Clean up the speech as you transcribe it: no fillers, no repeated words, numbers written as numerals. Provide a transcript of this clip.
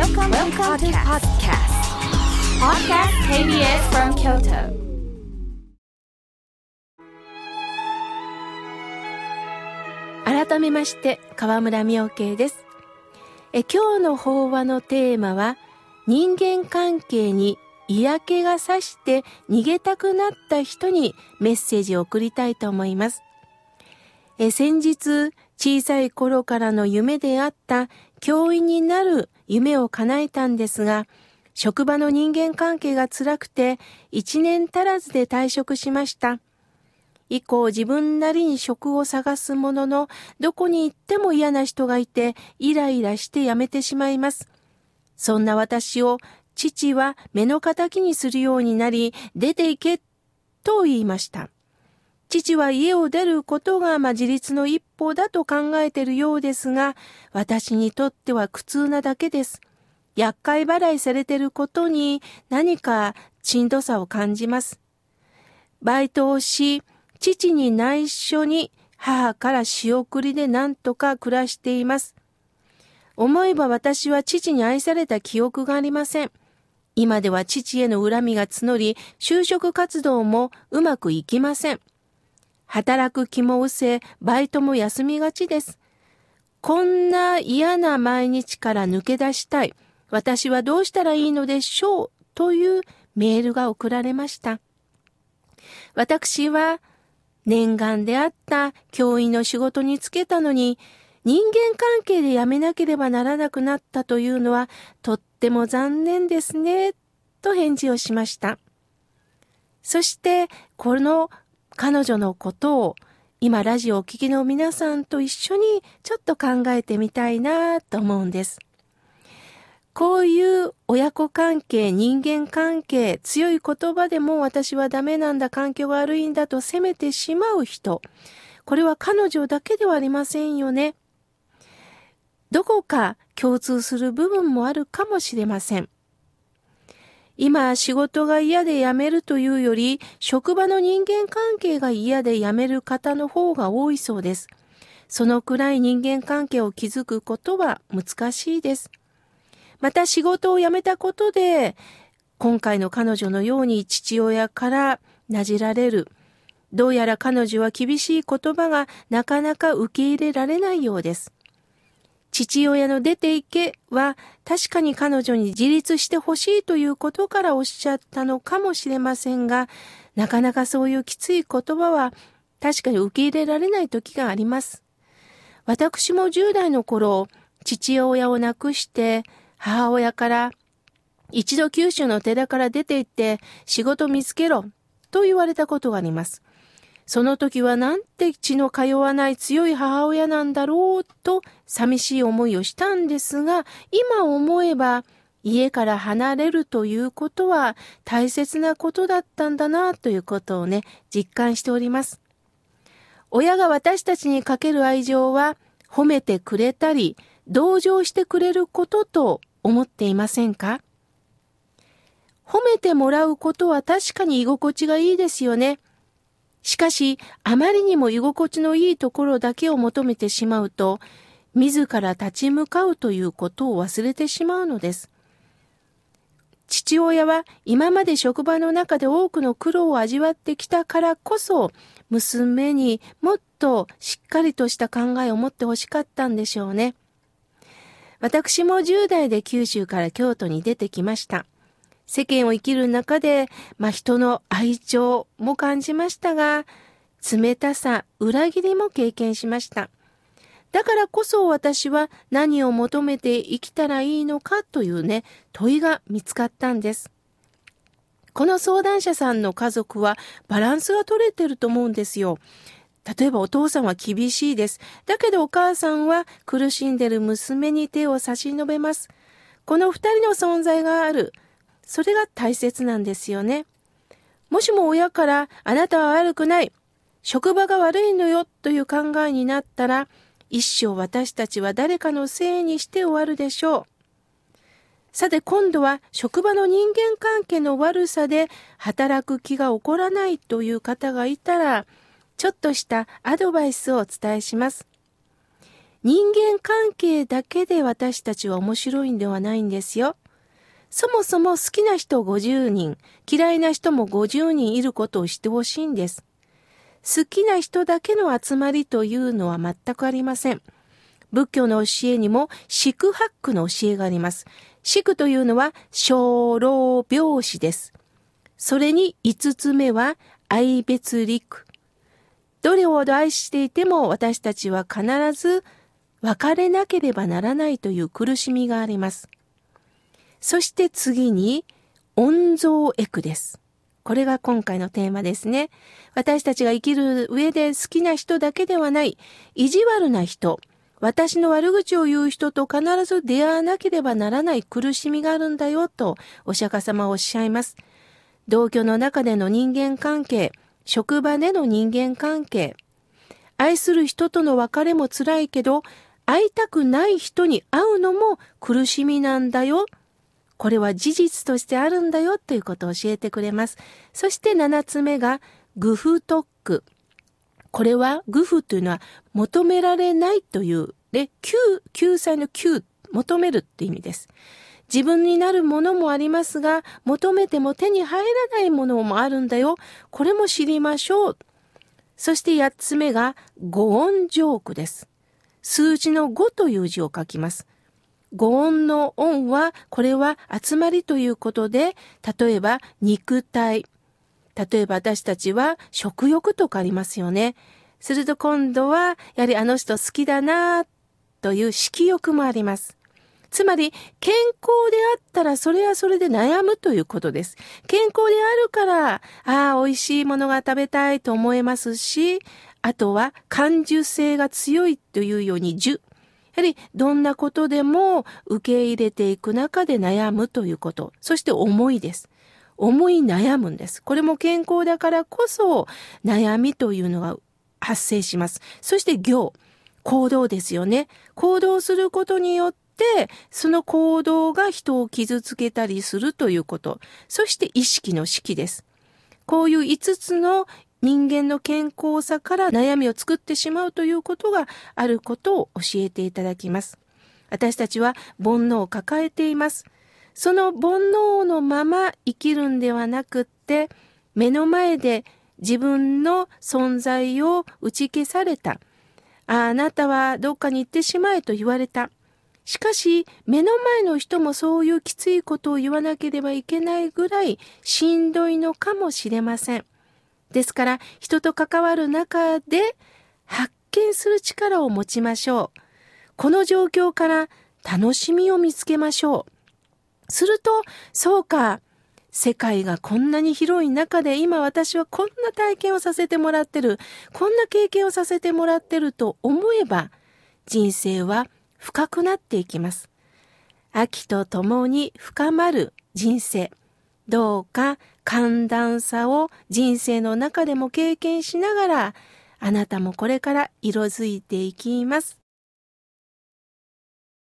Welcome to podcast. Podcast KBS from Kyoto. 改めまして川村妙慶です。今日の法話のテーマは、人間関係に嫌気がさして逃げたくなった人にメッセージを送りたいと思います。先日小さい頃からの夢であった教員になる夢を叶えたんですが、職場の人間関係が辛くて1年足らずで退職しました。以降自分なりに職を探すものの、どこに行っても嫌な人がいてイライラして辞めてしまいます。そんな私を父は目の敵にするようになり、出て行けと言いました。父は家を出ることが自立の一歩だと考えているようですが、私にとっては苦痛なだけです。厄介払いされていることに何かしんどさを感じます。バイトをし、父に内緒に母から仕送りで何とか暮らしています。思えば私は父に愛された記憶がありません。今では父への恨みが募り、就職活動もうまくいきません。働く気も失せ、バイトも休みがちです。こんな嫌な毎日から抜け出したい。私はどうしたらいいのでしょうというメールが送られました。私は念願であった教員の仕事に就けたのに、人間関係で辞めなければならなくなったというのはとっても残念ですね、と返事をしました。そしてこの彼女のことを今ラジオをお聞きの皆さんと一緒にちょっと考えてみたいなと思うんです。こういう親子関係、人間関係、強い言葉でも私はダメなんだ、環境が悪いんだと責めてしまう人。これは彼女だけではありませんよね。どこか共通する部分もあるかもしれません。今仕事が嫌で辞めるというより、職場の人間関係が嫌で辞める方の方が多いそうです。そのくらい人間関係を築くことは難しいです。また仕事を辞めたことで、今回の彼女のように父親からなじられる。どうやら彼女は厳しい言葉がなかなか受け入れられないようです。父親の出て行けは確かに彼女に自立してほしいということからおっしゃったのかもしれませんが、なかなかそういうきつい言葉は確かに受け入れられない時があります。私も10代の頃、父親を亡くして母親から一度九州の寺から出て行って仕事見つけろと言われたことがあります。その時はなんて血の通わない強い母親なんだろうと寂しい思いをしたんですが、今思えば家から離れるということは大切なことだったんだなということを実感しております。親が私たちにかける愛情は褒めてくれたり同情してくれることと思っていませんか？褒めてもらうことは確かに居心地がいいですよね。しかし、あまりにも居心地のいいところだけを求めてしまうと、自ら立ち向かうということを忘れてしまうのです。父親は今まで職場の中で多くの苦労を味わってきたからこそ、娘にもっとしっかりとした考えを持ってほしかったんでしょうね。私も10代で九州から京都に出てきました。世間を生きる中で、人の愛情も感じましたが、冷たさ、裏切りも経験しました。だからこそ私は何を求めて生きたらいいのかという問いが見つかったんです。この相談者さんの家族はバランスが取れてると思うんですよ。例えばお父さんは厳しいです。だけどお母さんは苦しんでる娘に手を差し伸べます。この二人の存在がある。それが大切なんですよね。もしも親からあなたは悪くない、職場が悪いのよという考えになったら、一生私たちは誰かのせいにして終わるでしょう。さて今度は職場の人間関係の悪さで働く気が起こらないという方がいたら、ちょっとしたアドバイスをお伝えします。 人間関係だけで私たちは面白いんではないんですよ。そもそも好きな人50人、嫌いな人も50人いることを知ってほしいんです。好きな人だけの集まりというのは全くありません。仏教の教えにも四苦八苦の教えがあります。四苦というのは生老病死です。それに5つ目は愛別離苦。どれほど愛していても私たちは必ず別れなければならないという苦しみがあります。そして次に温蔵益苦です。これが今回のテーマですね。私たちが生きる上で好きな人だけではない、意地悪な人、私の悪口を言う人と必ず出会わなければならない苦しみがあるんだよとお釈迦様はおっしゃいます。同居の中での人間関係、職場での人間関係、愛する人との別れも辛いけど、会いたくない人に会うのも苦しみなんだよ。これは事実としてあるんだよということを教えてくれます。そして7つ目が愚不特苦。これは愚不というのは求められないというで、救済の求、求めるって意味です。自分になるものもありますが、求めても手に入らないものもあるんだよ。これも知りましょう。そして8つ目が五音浄苦です。数字の5という字を書きます。五音の音は、これは集まりということで、例えば肉体。例えば私たちは食欲とかありますよね。すると今度は、やはりあの人好きだなという色欲もあります。つまり、健康であったらそれはそれで悩むということです。健康であるから、美味しいものが食べたいと思えますし、あとは感受性が強いというようにやはりどんなことでも受け入れていく中で悩むということ。そして思いです。思い悩むんです。これも健康だからこそ悩みというのが発生します。そして行動ですよね。行動することによって、その行動が人を傷つけたりするということ。そして意識の識です。こういう5つの人間の健康さから悩みを作ってしまうということがあることを教えていただきます。私たちは煩悩を抱えています。その煩悩のまま生きるんではなくって、目の前で自分の存在を打ち消された。あなたはどっかに行ってしまえと言われた。しかし、目の前の人もそういうきついことを言わなければいけないぐらいしんどいのかもしれません。ですから、人と関わる中で発見する力を持ちましょう。この状況から楽しみを見つけましょう。すると、そうか、世界がこんなに広い中で今私はこんな体験をさせてもらってる、こんな経験をさせてもらってると思えば、人生は深くなっていきます。秋とともに深まる人生。どうか寒暖差を人生の中でも経験しながら、あなたもこれから色づいていきます。